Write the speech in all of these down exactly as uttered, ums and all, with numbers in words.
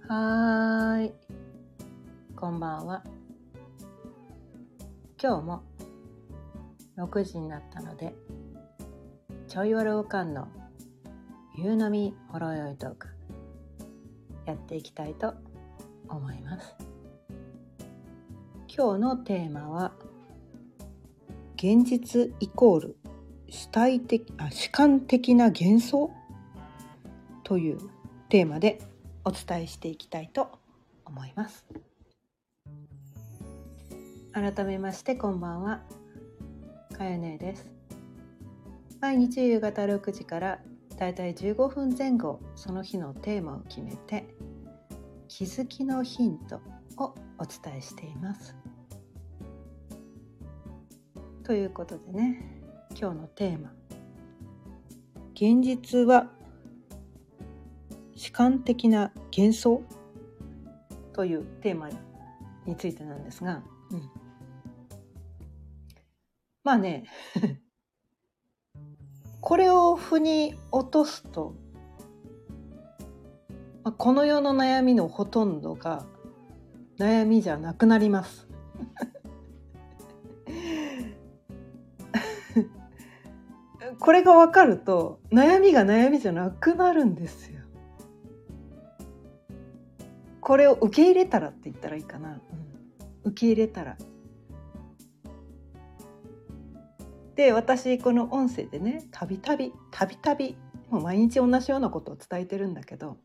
はーい、こんばんは。今日もろくじになったので、ちょいわるおかんの夕飲みほろよいトークやっていきたいと思います。今日のテーマは現実イコール主体的あ主観的な幻想というテーマでお伝えしていきたいと思います。改めましてこんばんは、かよねです。毎日夕方ろくじからだいたいじゅうごふんぜん後、その日のテーマを決めて気づきのヒントをお伝えしています。ということでね、今日のテーマ、現実は主観的な幻想というテーマについてなんですが、うん、まあねこれを腑に落とすと、まあ、この世の悩みのほとんどが悩みじゃなくなりますこれが分かると悩みが悩みじゃなくなるんですよ。これを受け入れたらって言ったらいいかな、うん、受け入れたら。で、私この音声でね、たびたびたびたびもう毎日同じようなことを伝えてるんだけど、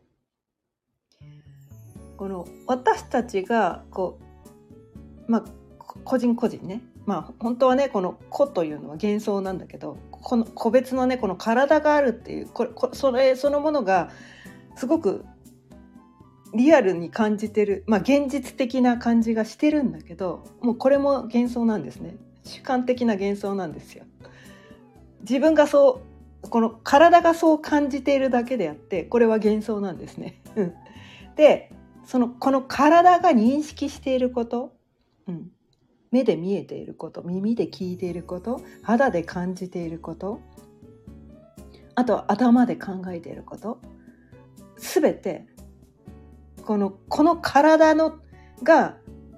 この私たちがこうまあ個人個人ね、まあ本当はねこの個というのは幻想なんだけど、この個別のねこの体があるっていうこれこそれそのものがすごくリアルに感じてる、まあ現実的な感じがしてるんだけど、もうこれも幻想なんですね。主観的な幻想なんですよ。自分がそうこの体がそう感じているだけであって、これは幻想なんですねで、そのこの体が認識していること、うん、目で見えていること、耳で聞いていること、肌で感じていること、あとは頭で考えていること、すべてこのこの体のが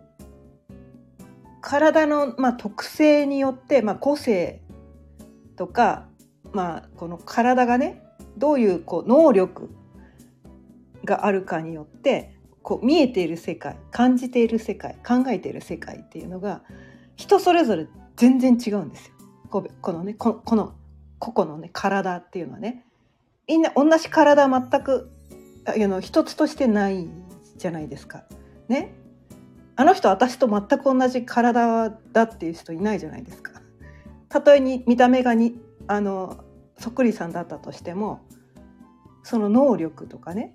体の、まあ、特性によって、まあ、個性とか、まあ、この体がねどういう、こう能力があるかによってこう見えている世界、感じている世界、考えている世界っていうのが人それぞれ全然違うんですよ。このねここの個々のね体っていうのはね、みんな同じ体全くあの一つとしてないじゃないですかね。あの人私と全く同じ体だっていう人いないじゃないですか。たとえに見た目がにあのそっくりさんだったとしても、その能力とかね、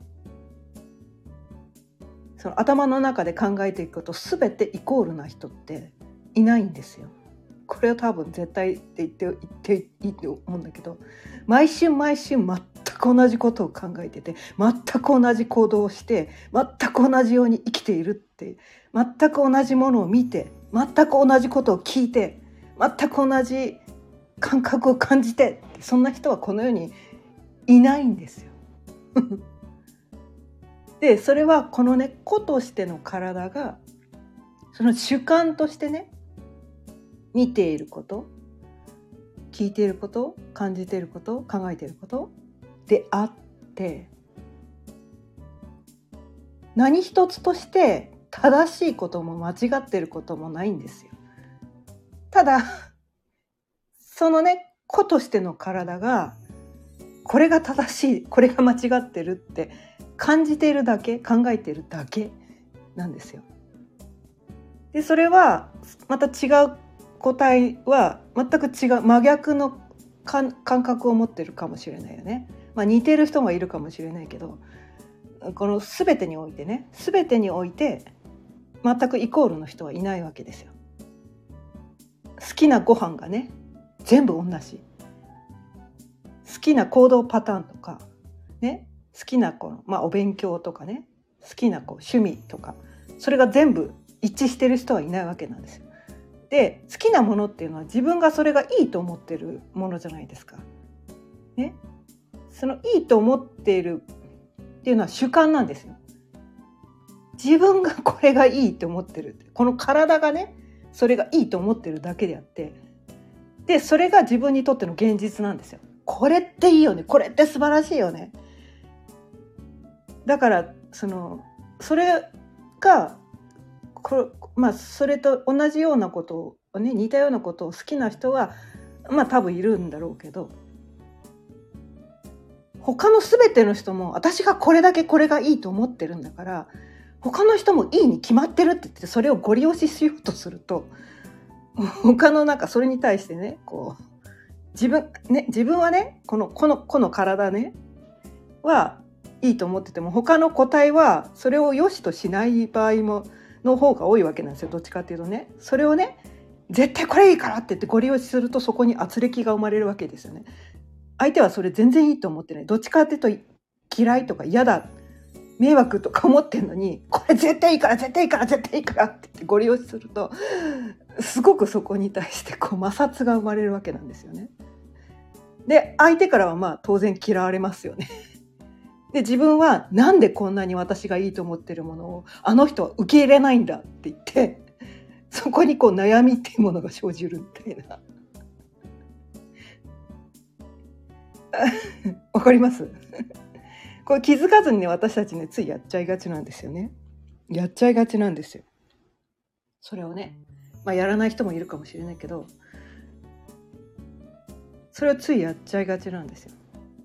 その頭の中で考えていくこと全てイコールな人っていないんですよ。これを多分絶対って言って言っていいと思うんだけど、毎週毎週全く同じことを考えてて、全く同じ行動をして、全く同じように生きているって、全く同じものを見て、全く同じことを聞いて、全く同じ感覚を感じて、そんな人はこの世にいないんですよで、それはこのね個としての体がその主観としてね見ていること、聞いていること、感じていること、考えていることであって、何一つとして正しいことも間違っていることもないんですよ。ただそのね個としての体がこれが正しい、これが間違ってるって感じているだけ、考えているだけなんですよ。で、それはまた違う個体は全く違う真逆の感覚を持ってるかもしれないよね。まあ似てる人もいるかもしれないけど、この全てにおいてね、全てにおいて全くイコールの人はいないわけですよ。好きなご飯がね全部同じ、好きな行動パターンとかね、好きなこの、まあ、お勉強とかね、好きなこう趣味とか、それが全部一致してる人はいないわけなんですよ。で、好きなものっていうのは自分がそれがいいと思ってるものじゃないですか。ね、そのいいと思っているっていうのは主観なんですよ。 自分がこれがいいと思ってる、この体がねそれがいいと思ってるだけであって、でそれが自分にとっての現実なんですよ。これっていいよね、これって素晴らしいよね。だからそのそれがこまあそれと同じようなことをね、似たようなことを好きな人はまあ多分いるんだろうけど、他の全ての人も私がこれだけこれがいいと思ってるんだから他の人もいいに決まってるって言ってそれをご利用ししようとすると、他のなんかそれに対してねこう自分ね自分はねこのこのこの体ねはいいと思ってても他の個体はそれを良しとしない場合もの方が多いわけなんですよ。どっちかっていうとね、それをね絶対これいいからって言ってご利用しするとそこに圧力が生まれるわけですよね。相手はそれ全然いいと思ってない、どっちかっていうと嫌いとか嫌だ迷惑とか思ってんのに、これ絶対いいから絶対いいから絶対いいからって言ってご利用しするとすごくそこに対してこう摩擦が生まれるわけなんですよね。で相手からはまあ当然嫌われますよね。で自分はなんでこんなに私がいいと思ってるものをあの人は受け入れないんだって言ってそこにこう悩みっていうものが生じるみたいな。わかります？これ気づかずにね私たちねついやっちゃいがちなんですよね。やっちゃいがちなんですよ。それをね、まあ、やらない人もいるかもしれないけどそれをついやっちゃいがちなんですよ。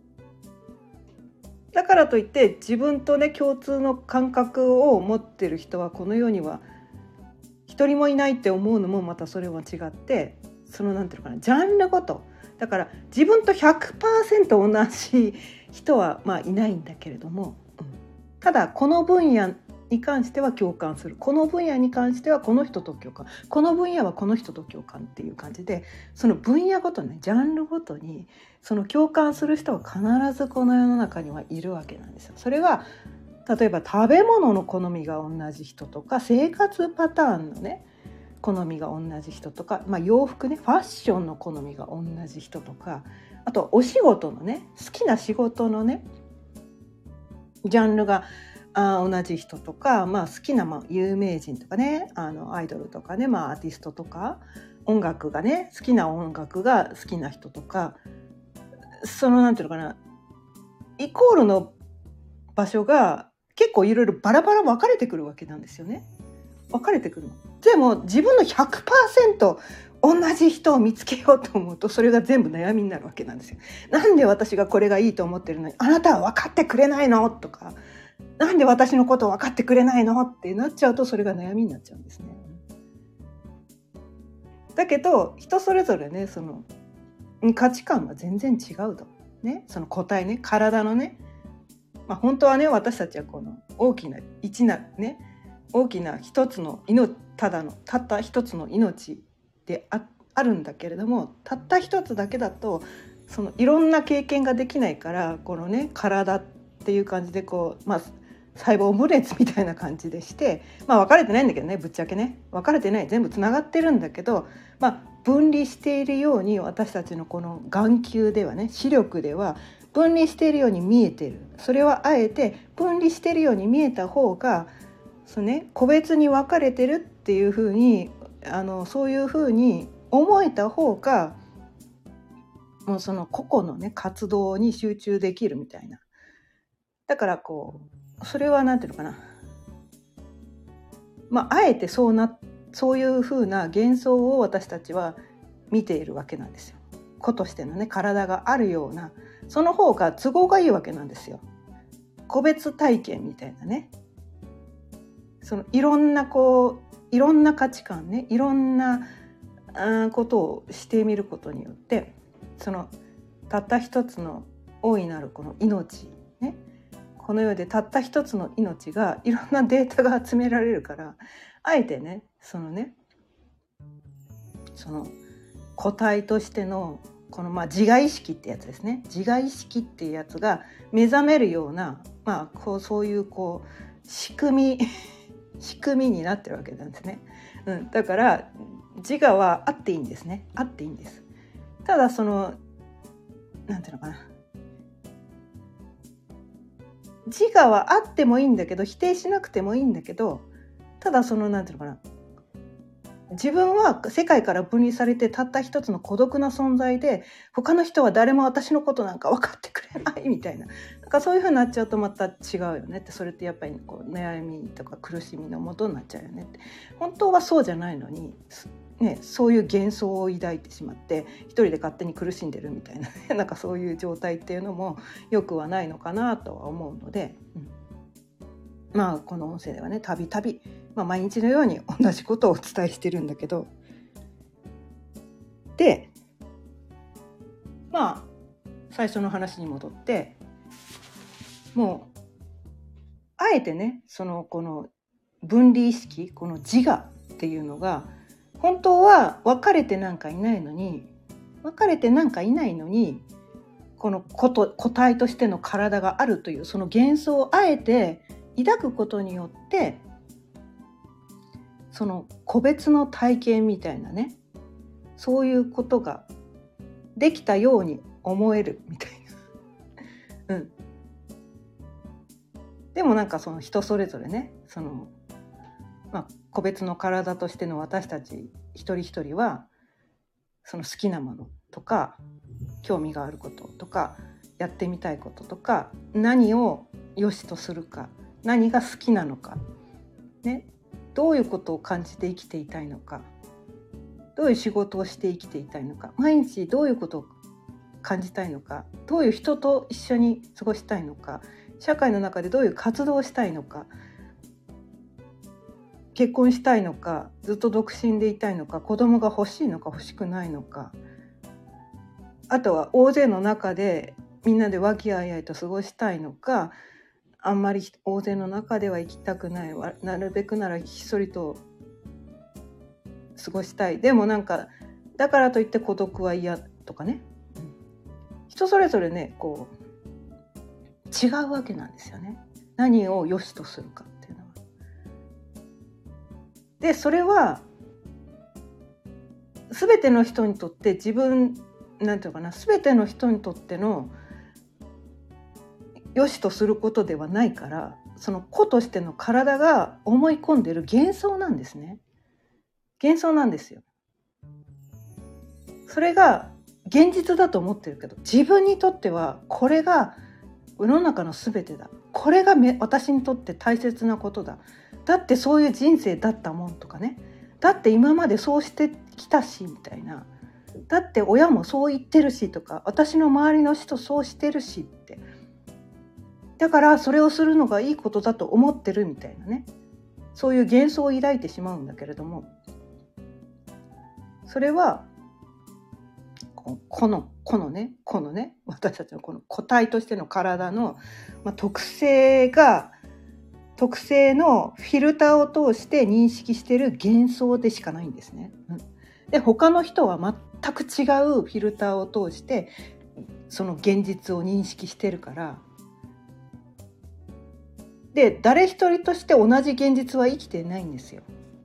だからといって自分とね共通の感覚を持ってる人はこの世には一人もいないって思うのもまたそれは違って、そのなんていうのかなジャンルごとだから自分と ひゃくパーセント 同じ人はまあいないんだけれども、うん、ただこの分野に関しては共感する、この分野に関してはこの人と共感、この分野はこの人と共感っていう感じで、その分野ごとねジャンルごとにその共感する人は必ずこの世の中にはいるわけなんですよ。それが例えば食べ物の好みが同じ人とか生活パターンのね好みが同じ人とか、まあ、洋服ねファッションの好みが同じ人とか、あとお仕事のね好きな仕事のねジャンルがあ同じ人とか、まあ、好きな、まあ、有名人とかねあのアイドルとかね、まあ、アーティストとか音楽がね好きな音楽が好きな人とか、そのなんていうのかなイコールの場所が結構いろいろバラバラ分かれてくるわけなんですよね。分かれてくるの。でも自分の ひゃくパーセント 同じ人を見つけようと思うとそれが全部悩みになるわけなんですよ。なんで私がこれがいいと思ってるのにあなたは分かってくれないのとか、なんで私のことを分かってくれないのってなっちゃうとそれが悩みになっちゃうんですね。だけど人それぞれねその価値観は全然違うとね、その個体ね体のね、まあ、本当はね私たちはこの大きな一なね大きな一つの命ただのたった一つの命で あ, あるんだけれども、たった一つだけだとそのいろんな経験ができないからこのね体っていう感じでこうまあ細胞分裂みたいな感じでして、まあ分かれてないんだけどねぶっちゃけね分かれてない、全部つながってるんだけど、まあ分離しているように私たちのこの眼球ではね視力では分離しているように見えている。それはあえて分離しているように見えた方がそう、ね、個別に分かれてるっていう風にあのそういう風に思えた方がもうその個々のね活動に集中できるみたいな。だからこうそれはなんていうのかな、まああえてそうなそういう風な幻想を私たちは見ているわけなんですよ。個としてのね体があるようなその方が都合がいいわけなんですよ。個別体験みたいなね、そのいろんなこういろんな価値観ねいろんなことをしてみることによってそのたった一つの大いなるこの命ね、この世でたった一つの命がいろんなデータが集められるから、あえてねそのねその個体としてのこのまあ自我意識ってやつですね、自我意識っていうやつが目覚めるような、まあ、こうそういうこう仕組み仕組みになってるわけなんですね、うん、だから自我はあっていいんですね、あっていいんです。ただそのなんていうのかな、 自我はあってもいいんだけど、否定しなくてもいいんだけど、ただそのなんていうのかな、自分は世界から分離されてたった一つの孤独な存在で、他の人は誰も私のことなんか分かってくれないみたいな、なんかそういう風になっちゃうとまた違うよねって。それってやっぱりこう悩みとか苦しみの元になっちゃうよねって。本当はそうじゃないのに、ね、そういう幻想を抱いてしまって一人で勝手に苦しんでるみたいななんかそういう状態っていうのもよくはないのかなとは思うので、うん、まあこの音声ではね、たびたび毎日のように同じことをお伝えしてるんだけど、でまあ最初の話に戻って、もうあえてね、そのこの分離意識、この自我っていうのが本当は分かれてなんかいないのに分かれてなんかいないのにこの個と個体としての体があるというその幻想をあえて抱くことによって、その個別の体験みたいなね、そういうことができたように思えるみたいな、うん、でもなんかその人それぞれね、その、まあ、個別の体としての私たち一人一人はその好きなものとか興味があることとかやってみたいこととか、何を良しとするか、何が好きなのか、ね、どういうことを感じて生きていたいのか、どういう仕事をして生きていたいのか、毎日どういうことを感じたいのか、どういう人と一緒に過ごしたいのか、社会の中でどういう活動をしたいのか、結婚したいのか、ずっと独身でいたいのか、子供が欲しいのか欲しくないのか、あとは大勢の中でみんなで和気あいあいと過ごしたいのか、あんまり大勢の中では行きたくない、なるべくならひっそりと過ごしたい、でもなんかだからといって孤独は嫌とかね、うん、人それぞれねこう違うわけなんですよね、何を良しとするかっていうのは。でそれは全ての人にとって自分なんていうかな、全ての人にとっての良しとすることではないから、その個としての体が思い込んでいる幻想なんですね。幻想なんですよ。それが現実だと思ってるけど、自分にとってはこれが世の中の全てだ、これがめ私にとって大切なことだ、だってそういう人生だったもんとかね、だって今までそうしてきたしみたいな、だって親もそう言ってるしとか、私の周りの人そうしてるしって、だからそれをするのがいいことだと思ってるみたいなね、そういう幻想を抱いてしまうんだけれども、それはこのこのねこのね私たちのこの個体としての体の、まあ、特性が特性のフィルターを通して認識している幻想でしかないんですね。うん、で他の人は全く違うフィルターを通してその現実を認識してるから、で誰一人として同じ現実は生きていないんですよ。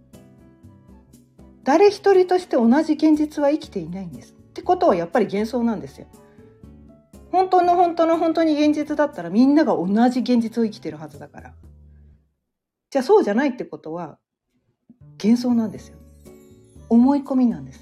誰一人として同じ現実は生きていないんです。ってことはやっぱり幻想なんですよ。本当の本当の本当に現実だったらみんなが同じ現実を生きてるはずだから。じゃあそうじゃないってことは幻想なんですよ。思い込みなんです。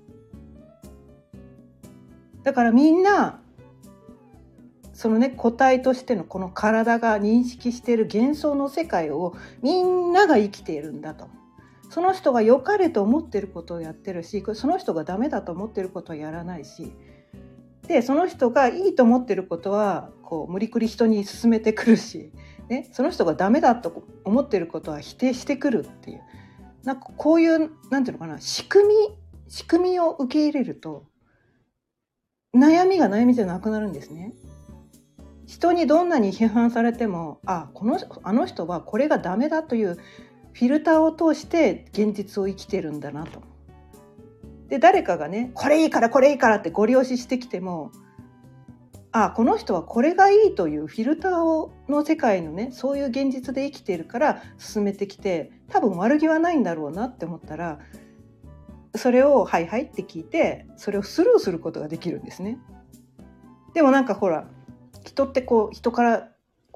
だからみんなそのね個体としてのこの体が認識している幻想の世界をみんなが生きているんだと。その人が良かれと思ってることをやってるし、その人がダメだと思ってることはやらないし、でその人がいいと思ってることはこう無理くり人に勧めてくるし、ね、その人がダメだと思ってることは否定してくるっていう、なんかこういうなんていうのかな、仕組み仕組みを受け入れると悩みが悩みじゃなくなるんですね。人にどんなに批判されても、あ、このあの人はこれがダメだというフィルターを通して現実を生きてるんだなと。で誰かがねこれいいからこれいいからってご利用ししてきても、あ、この人はこれがいいというフィルターをの世界のねそういう現実で生きているから進めてきて、多分悪気はないんだろうなって思ったら、それをはいはいって聞いてそれをスルーすることができるんですね。でもなんかほら人ってこう人から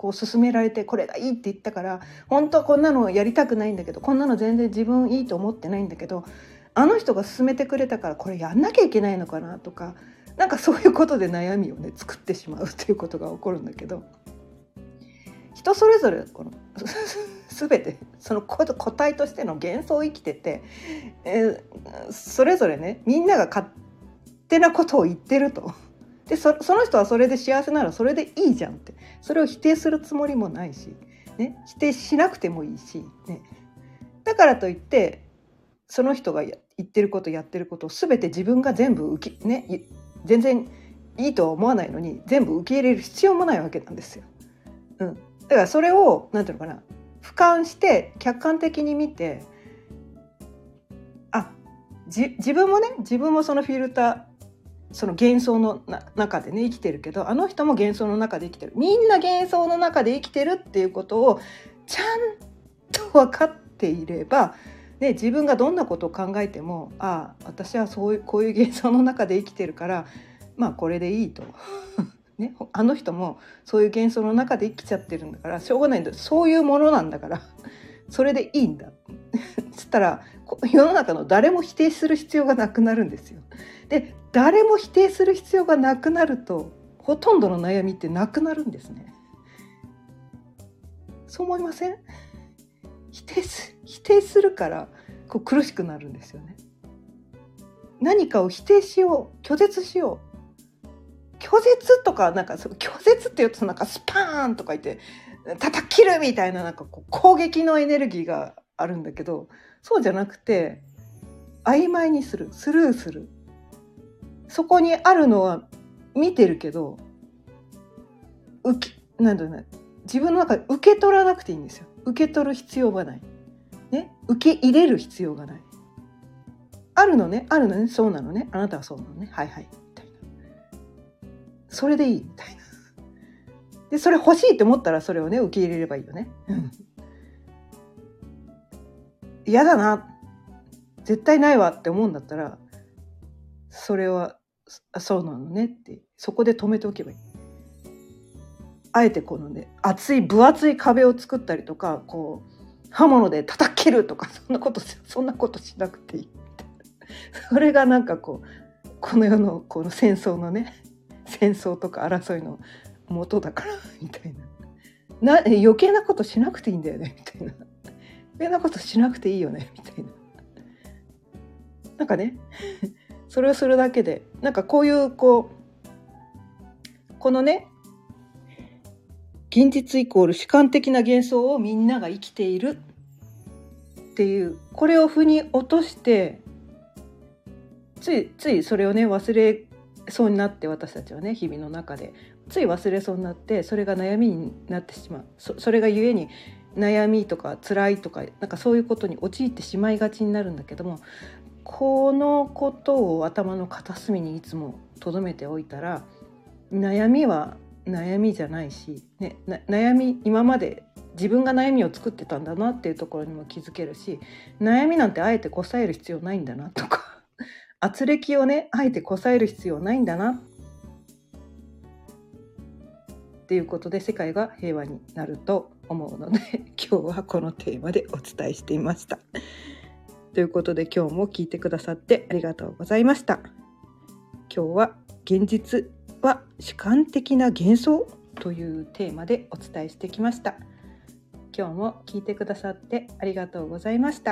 こう勧められてこれがいいって言ったから、本当はこんなのやりたくないんだけど、こんなの全然自分いいと思ってないんだけど、あの人が勧めてくれたからこれやんなきゃいけないのかなとか、なんかそういうことで悩みをね作ってしまうっていうことが起こるんだけど、人それぞれこの全てその個体としての幻想を生きてて、えー、それぞれねみんなが勝手なことを言ってると。で そ, その人はそれで幸せならそれでいいじゃんって、それを否定するつもりもないし、ね、否定しなくてもいいし、ね、だからといってその人が言ってることやってることを全て自分が全部受け、ね、全然いいとは思わないのに全部受け入れる必要もないわけなんですよ、うん、だからそれをなんていうのかな、俯瞰して客観的に見て、あ、じ自分もね自分もそのフィルター、その幻想の中でね生きてるけど、あの人も幻想の中で生きてる、みんな幻想の中で生きてるっていうことをちゃんと分かっていれば、ね、自分がどんなことを考えても、ああ私はそういうこういう幻想の中で生きてるからまあこれでいいと、ね、あの人もそういう幻想の中で生きちゃってるんだからしょうがないんだ、そういうものなんだからそれでいいんだつったら世の中の誰も否定する必要がなくなるんですよ。で誰も否定する必要がなくなるとほとんどの悩みってなくなるんですね。そう思いません？否定す、否定するからこう苦しくなるんですよね。何かを否定しよう、拒絶しよう、拒絶とかなんかそう拒絶って言うとなんかスパーンとか言って叩き切るみたいな、なんかこう攻撃のエネルギーがあるんだけど、そうじゃなくて曖昧にする、スルーする、そこにあるのは見てるけど受けなんだろうね、自分の中で受け取らなくていいんですよ。受け取る必要がない、ね、受け入れる必要がない。あるのね、あるのね、そうなのね、あなたはそうなのね、はいはいみたいな、それでいいみたいな。でそれ欲しいって思ったらそれをね受け入れればいいよね。嫌だな、絶対ないわって思うんだったらそれはそうなのねってそこで止めておけばいい。あえてこのね厚い分厚い壁を作ったりとか、こう刃物で叩き切るとか、そんなことそんなことしなくていい。それがなんかこうこの世のこの戦争のね、戦争とか争いの元だからみたいな、な余計なことしなくていいんだよねみたいな、余計なことしなくていいよねみたいな、なんかねそれをするだけでなんかこういうこうこのね現実イコール主観的な幻想をみんなが生きているっていう、これを腑に落としてついついそれをね忘れそうになって、私たちはね日々の中でつい忘れそうになってそれが悩みになってしまう。 そ, それがゆえに悩みとか辛いとかなんかそういうことに陥ってしまいがちになるんだけども、このことを頭の片隅にいつも留めておいたら、悩みは悩みじゃないし、ね、な悩み今まで自分が悩みを作ってたんだなっていうところにも気づけるし、悩みなんてあえてこさえる必要ないんだなとか圧力をねあえてこさえる必要ないんだなっていうことで世界が平和になると思うので今日はこのテーマでお伝えしていました。ということで今日も聞いてくださってありがとうございました。今日は現実は主観的な幻想というテーマでお伝えしてきました。今日も聞いてくださってありがとうございました。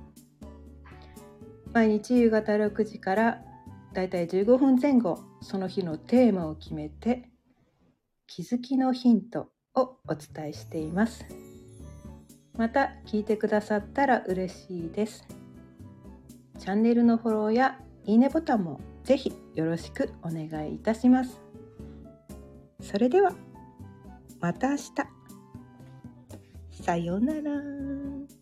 毎日夕方ろくじからだいたいじゅうごふんぜん後、その日のテーマを決めて気づきのヒントをお伝えしています。また聞いてくださったら嬉しいです。チャンネルのフォローやいいねボタンもぜひよろしくお願いいたします。それではまた明日。さようなら。